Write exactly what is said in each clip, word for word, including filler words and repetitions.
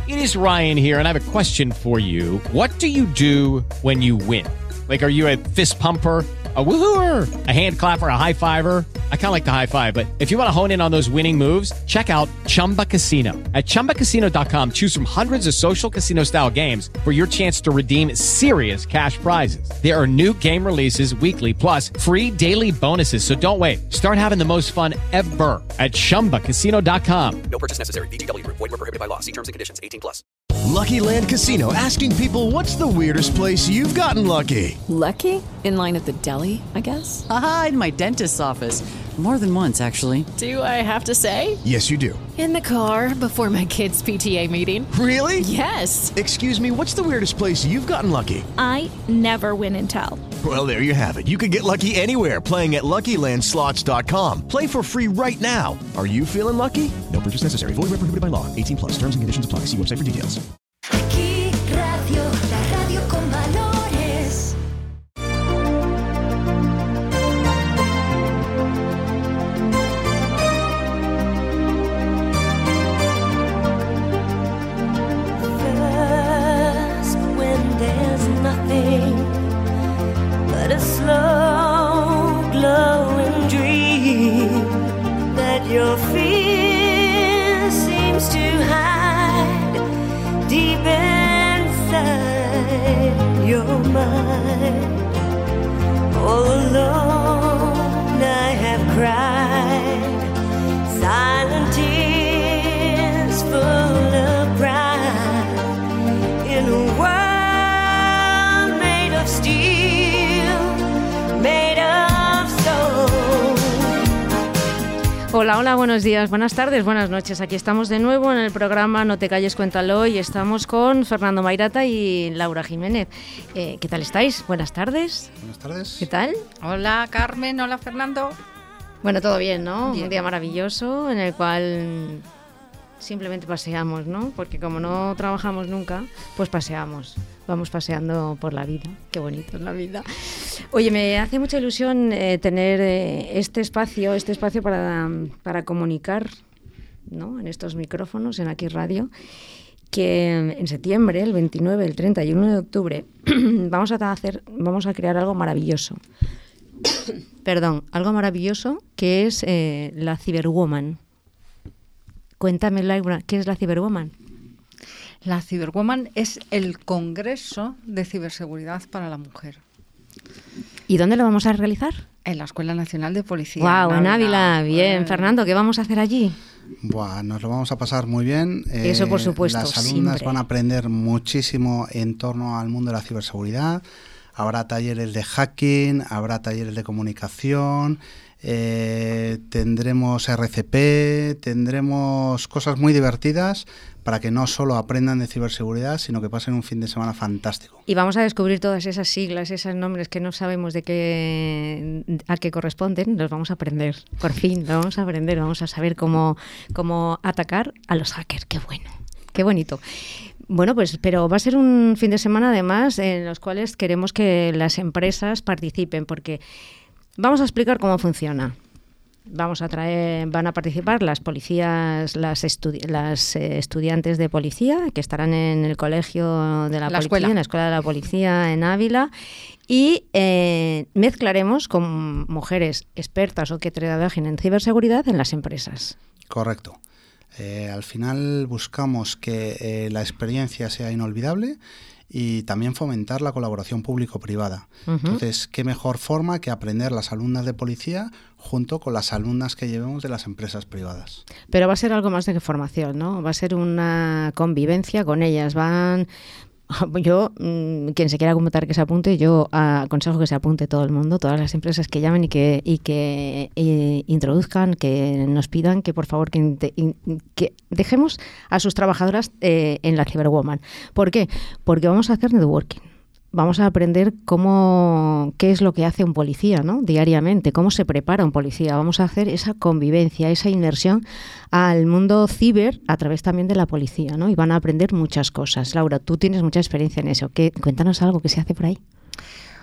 It is Ryan here, and I have a question for you. What do you do when you win? Like, are you a fist pumper, a woohooer, a hand clapper, a high fiver? I kind of like the high five, but if you want to hone in on those winning moves, check out Chumba Casino. At chumba casino dot com, choose from hundreds of social casino style games for your chance to redeem serious cash prizes. There are new game releases weekly, plus free daily bonuses. So don't wait. Start having the most fun ever at chumba casino dot com. No purchase necessary. V G W Group. Void where prohibited by law. See terms and conditions. eighteen plus. Lucky Land Casino, asking people, what's the weirdest place you've gotten lucky? Lucky? In line at the deli, I guess? Aha, in my dentist's office. More than once, actually. Do I have to say? Yes, you do. In the car before my kids' P T A meeting. Really? Yes. Excuse me, what's the weirdest place you've gotten lucky? I never win and tell. Well, there you have it. You can get lucky anywhere, playing at Lucky Land Slots dot com. Play for free right now. Are you feeling lucky? No purchase necessary. Void where prohibited by law. eighteen plus. Terms and conditions apply. See website for details. Aquí Radio, la radio con valores. First, when there's nothing but a slow glowing dream that your fear seems to hide deep inside your mind. All alone I have cried silent tears full of pride in a world made of steel, made of soul. Hola, hola, buenos días, buenas tardes, buenas noches. Aquí estamos de nuevo en el programa No te calles, cuéntalo, y estamos con Fernando Mairata y Laura Jiménez. Eh, ¿Qué tal estáis? Buenas tardes. Buenas tardes. ¿Qué tal? Hola Carmen, hola Fernando. Bueno, todo bien, ¿no? Bien. Un día maravilloso en el cual simplemente paseamos, ¿no? Porque como no trabajamos nunca, pues paseamos. Vamos paseando por la vida. Qué bonito es la vida. Oye, me hace mucha ilusión eh, tener eh, este espacio, este espacio para, para comunicar, ¿no? En estos micrófonos, en Aquí Radio, que en septiembre, el veintinueve, el treinta y uno de octubre, vamos a hacer, vamos a crear algo maravilloso. Perdón, algo maravilloso que es eh, la Cyberwoman. Cuéntame, Laura, ¿qué es la Cyberwoman? La Cyberwoman es el Congreso de Ciberseguridad para la Mujer. ¿Y dónde lo vamos a realizar? En la Escuela Nacional de Policía. Guau, en Ávila. Ávila. Bien, Eh, Fernando, ¿qué vamos a hacer allí? Buah, nos lo vamos a pasar muy bien. Eso, por supuesto, Las alumnas siempre. van a aprender muchísimo en torno al mundo de la ciberseguridad. Habrá talleres de hacking, habrá talleres de comunicación, eh, tendremos R C P, tendremos cosas muy divertidas para que no solo aprendan de ciberseguridad, sino que pasen un fin de semana fantástico. Y vamos a descubrir todas esas siglas, esos nombres que no sabemos de qué a qué corresponden, los vamos a aprender. Por fin, lo vamos a aprender, vamos a saber cómo, cómo atacar a los hackers. Qué bueno, qué bonito. Bueno, pues, pero va a ser un fin de semana además en los cuales queremos que las empresas participen, porque vamos a explicar cómo funciona. Vamos a traer, van a participar las policías, las, estudi- las eh, estudiantes de policía que estarán en el colegio de la, La policía, escuela. en la escuela de la policía en Ávila, y eh, mezclaremos con mujeres expertas o que trabajen en ciberseguridad en las empresas. Correcto. Eh, al final buscamos que eh, la experiencia sea inolvidable y también fomentar la colaboración público-privada. Uh-huh. Entonces, ¿qué mejor forma que aprender las alumnas de policía junto con las alumnas que llevemos de las empresas privadas? Pero va a ser algo más de que formación, ¿no? Va a ser una convivencia con ellas. Van, yo, mmm, quien se quiera apuntar que se apunte, yo aconsejo que se apunte todo el mundo, todas las empresas que llamen y que y que eh, introduzcan, que nos pidan que por favor que, inte- in, que dejemos a sus trabajadoras eh, en la Cyberwoman. ¿Por qué? Porque vamos a hacer networking. Vamos a aprender cómo, qué es lo que hace un policía, ¿no? Diariamente, cómo se prepara un policía. Vamos a hacer esa convivencia, esa inmersión al mundo ciber a través también de la policía, ¿no? Y van a aprender muchas cosas. Laura, tú tienes mucha experiencia en eso. ¿Qué, cuéntanos algo que se hace por ahí.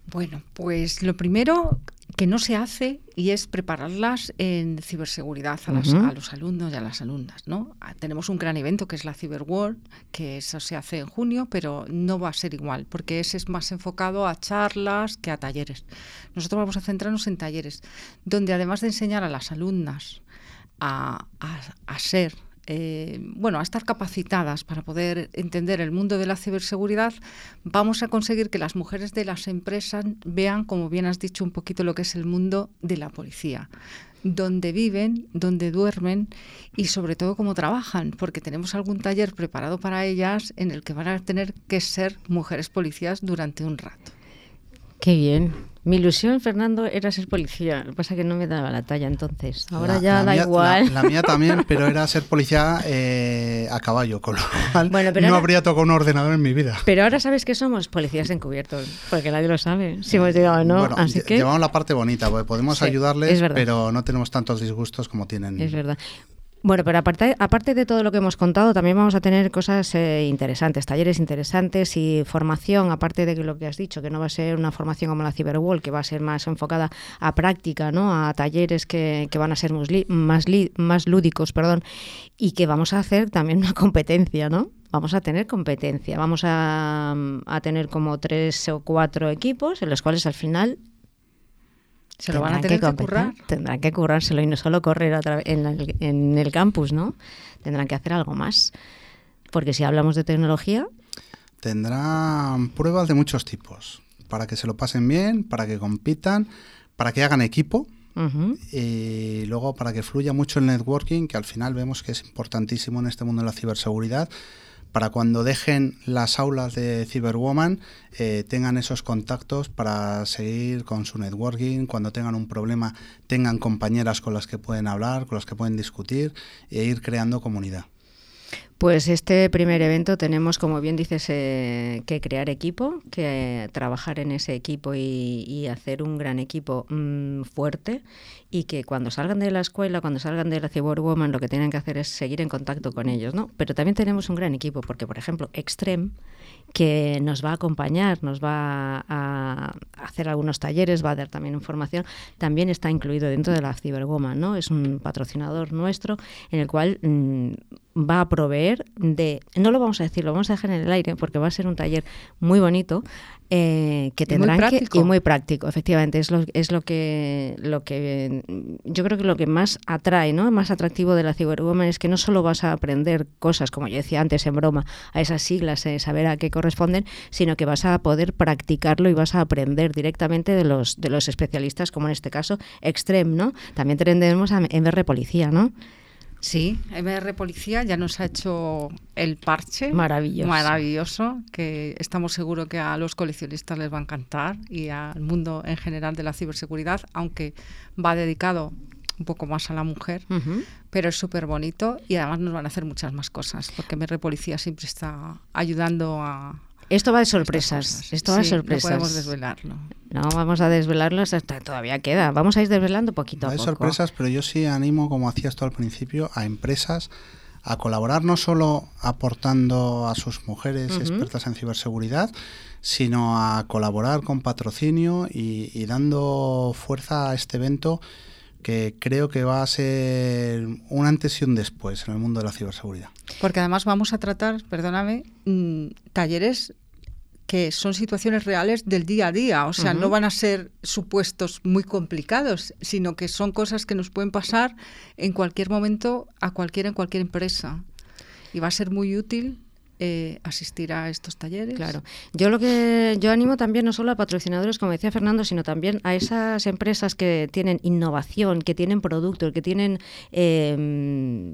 Bueno, pues lo primero que no se hace y es prepararlas en ciberseguridad a, las, uh-huh. a los alumnos y a las alumnas, ¿no? Tenemos un gran evento que es la Cyber World, que eso se hace en junio, pero no va a ser igual, porque ese es más enfocado a charlas que a talleres. Nosotros vamos a centrarnos en talleres, donde además de enseñar a las alumnas a, a, a ser... Eh, bueno, a estar capacitadas para poder entender el mundo de la ciberseguridad, vamos a conseguir que las mujeres de las empresas vean, como bien has dicho, un poquito lo que es el mundo de la policía, dónde viven, dónde duermen y sobre todo cómo trabajan, porque tenemos algún taller preparado para ellas en el que van a tener que ser mujeres policías durante un rato. Qué bien. Mi ilusión, Fernando, era ser policía. Lo que pasa es que no me daba la talla entonces. Ahora la, ya la da mía, igual. La, la mía también, pero era ser policía eh, a caballo, con lo cual bueno, pero no ahora, habría tocado un ordenador en mi vida. Pero ahora sabes que somos policías encubiertos, porque nadie lo sabe. Si hemos llegado, ¿no? Bueno, Así que llevamos la parte bonita, porque podemos sí, ayudarles, pero no tenemos tantos disgustos como tienen. Es verdad. Bueno, pero aparte, aparte de todo lo que hemos contado, también vamos a tener cosas eh, interesantes, talleres interesantes y formación, aparte de lo que has dicho, que no va a ser una formación como la Cyberwall, que va a ser más enfocada a práctica, ¿no? A talleres que, que van a ser más, li, más, li, más lúdicos, perdón, y que vamos a hacer también una competencia, ¿no? Vamos a tener competencia, vamos a, a tener como tres o cuatro equipos en los cuales al final... Se lo van a tener que, que currar. Tendrán que currárselo y no solo correr a tra- en, la, en el campus, ¿no? Tendrán que hacer algo más. Porque si hablamos de tecnología... Tendrán pruebas de muchos tipos. Para que se lo pasen bien, para que compitan, para que hagan equipo. Uh-huh. Y luego para que fluya mucho el networking, que al final vemos que es importantísimo en este mundo de la ciberseguridad. Para cuando dejen las aulas de Cyberwoman eh, tengan esos contactos para seguir con su networking, cuando tengan un problema tengan compañeras con las que pueden hablar, con las que pueden discutir e ir creando comunidad. Pues este primer evento tenemos, como bien dices, eh, que crear equipo, que eh, trabajar en ese equipo y, y hacer un gran equipo mmm, fuerte, y que cuando salgan de la escuela, cuando salgan de la Cyberwoman, lo que tienen que hacer es seguir en contacto con ellos, ¿no? Pero también tenemos un gran equipo, porque, por ejemplo, Extreme, que nos va a acompañar, nos va a hacer algunos talleres, va a dar también información, también está incluido dentro de la Cyberwoman, ¿no? Es un patrocinador nuestro en el cual mmm, va a proveer de, no lo vamos a decir, lo vamos a dejar en el aire porque va a ser un taller muy bonito, eh, que tendrán que, y muy práctico, efectivamente, es lo, es lo que lo que yo creo que lo que más atrae, ¿no? Más atractivo de la Cyberwoman es que no solo vas a aprender cosas, como yo decía antes en broma, a esas siglas, eh, saber a qué corresponden, sino que vas a poder practicarlo y vas a aprender directamente de los de los especialistas, como en este caso Extreme, ¿no? También tendremos a M R Policía, ¿no? Sí, M R Policía ya nos ha hecho el parche maravilloso. maravilloso, que estamos seguros que a los coleccionistas les va a encantar y al mundo en general de la ciberseguridad, aunque va dedicado un poco más a la mujer, uh-huh. pero es súper bonito y además nos van a hacer muchas más cosas, porque M R Policía siempre está ayudando a... Esto va de sorpresas, esto va de sí, sorpresas. No podemos desvelarlo. No, vamos a desvelarlo, hasta todavía queda. Vamos a ir desvelando poquito a va de poco. sorpresas, pero yo sí animo, como hacías tú al principio, a empresas a colaborar, no solo aportando a sus mujeres uh-huh. expertas en ciberseguridad, sino a colaborar con patrocinio y, y dando fuerza a este evento, que creo que va a ser un antes y un después en el mundo de la ciberseguridad. Porque además vamos a tratar, perdóname, mmm, talleres que son situaciones reales del día a día, o sea, uh-huh. no van a ser supuestos muy complicados, sino que son cosas que nos pueden pasar en cualquier momento, a cualquiera, en cualquier empresa. Y va a ser muy útil Eh, asistir a estos talleres. Claro. Yo lo que yo animo también no solo a patrocinadores, como decía Fernando, sino también a esas empresas que tienen innovación, que tienen productos, que tienen eh,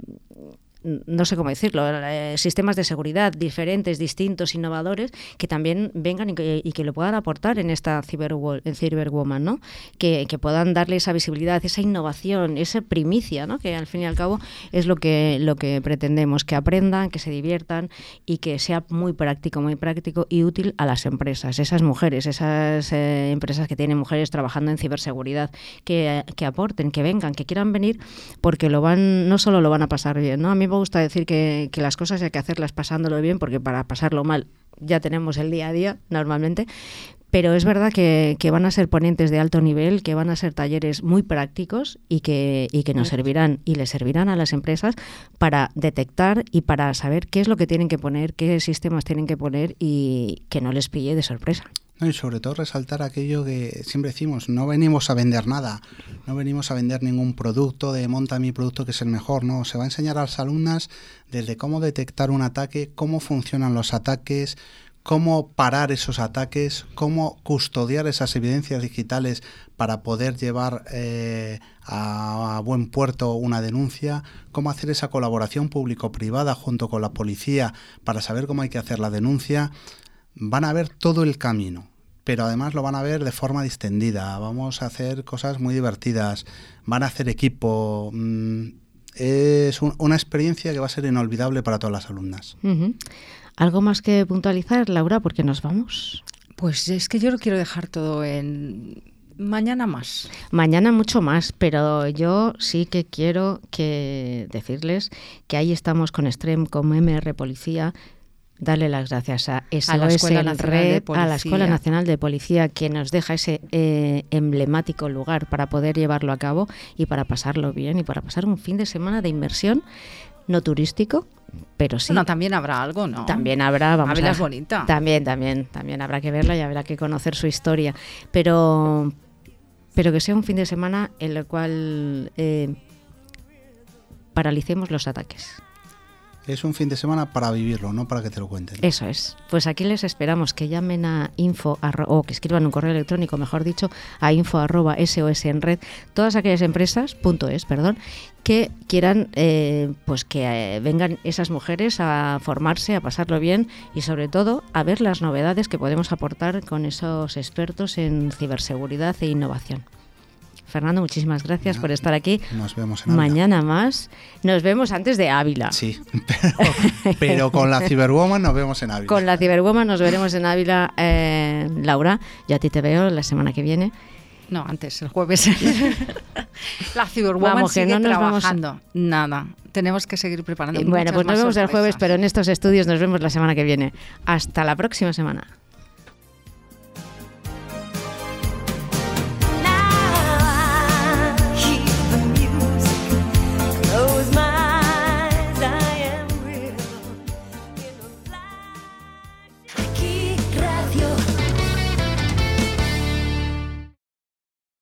no sé cómo decirlo, eh, sistemas de seguridad diferentes, distintos, innovadores, que también vengan y que, y que lo puedan aportar en esta Cyberwoman, ¿no? Que, que puedan darle esa visibilidad, esa innovación, esa primicia, ¿no? Que al fin y al cabo es lo que lo que pretendemos, que aprendan, que se diviertan y que sea muy práctico, muy práctico y útil a las empresas, esas mujeres, esas eh, empresas que tienen mujeres trabajando en ciberseguridad, que, que aporten, que vengan, que quieran venir, porque lo van, no solo lo van a pasar bien, ¿no? A mí me gusta decir que, que las cosas hay que hacerlas pasándolo bien, porque para pasarlo mal ya tenemos el día a día normalmente, Pero es verdad que, que van a ser ponentes de alto nivel, que van a ser talleres muy prácticos y que, y que nos servirán y les servirán a las empresas para detectar y para saber qué es lo que tienen que poner, qué sistemas tienen que poner y que no les pille de sorpresa. No, y sobre todo resaltar aquello que siempre decimos, no venimos a vender nada, no venimos a vender ningún producto de monta mi producto que es el mejor, no, se va a enseñar a las alumnas desde cómo detectar un ataque, cómo funcionan los ataques, cómo parar esos ataques, cómo custodiar esas evidencias digitales para poder llevar eh, a, a buen puerto una denuncia, cómo hacer esa colaboración público-privada junto con la policía para saber cómo hay que hacer la denuncia. Van a ver todo el camino, pero además lo van a ver de forma distendida. Vamos a hacer cosas muy divertidas, van a hacer equipo. Es un, una experiencia que va a ser inolvidable para todas las alumnas. Uh-huh. ¿Algo más que puntualizar, Laura? Porque nos vamos. Pues es que yo lo quiero dejar todo en mañana más. Mañana mucho más, pero yo sí que quiero que decirles que ahí estamos con Extrem, con M R Policía. Darle las gracias a S O S en Red, a la Escuela Nacional de Policía, que nos deja ese eh, emblemático lugar para poder llevarlo a cabo y para pasarlo bien y para pasar un fin de semana de inmersión, no turístico, pero sí. Bueno, también habrá algo, ¿no? También habrá, vamos Ávila a... es bonita. También, también, también habrá que verla y habrá que conocer su historia, pero, pero que sea un fin de semana en el cual eh, paralicemos los ataques. Es un fin de semana para vivirlo, no para que te lo cuenten. Eso es. Pues aquí les esperamos que llamen a info arro, o que escriban un correo electrónico, mejor dicho, a info arroba S O S en red, todas aquellas empresas, punto es, perdón, que quieran eh, pues que eh, vengan esas mujeres a formarse, a pasarlo bien y sobre todo a ver las novedades que podemos aportar con esos expertos en ciberseguridad e innovación. Fernando, muchísimas gracias por estar aquí. Nos vemos en Ávila. Mañana más. Nos vemos antes de Ávila. Sí, pero, pero con la Cyberwoman nos vemos en Ávila. Con la Cyberwoman nos veremos en Ávila. Eh, Laura, yo a ti te veo la semana que viene. No, antes, el jueves. La Cyberwoman vamos, que sigue no nos trabajando. Vamos... Nada, tenemos que seguir preparando. Eh, bueno, pues nos vemos sorpresas. el jueves, pero en estos estudios nos vemos la semana que viene. Hasta la próxima semana.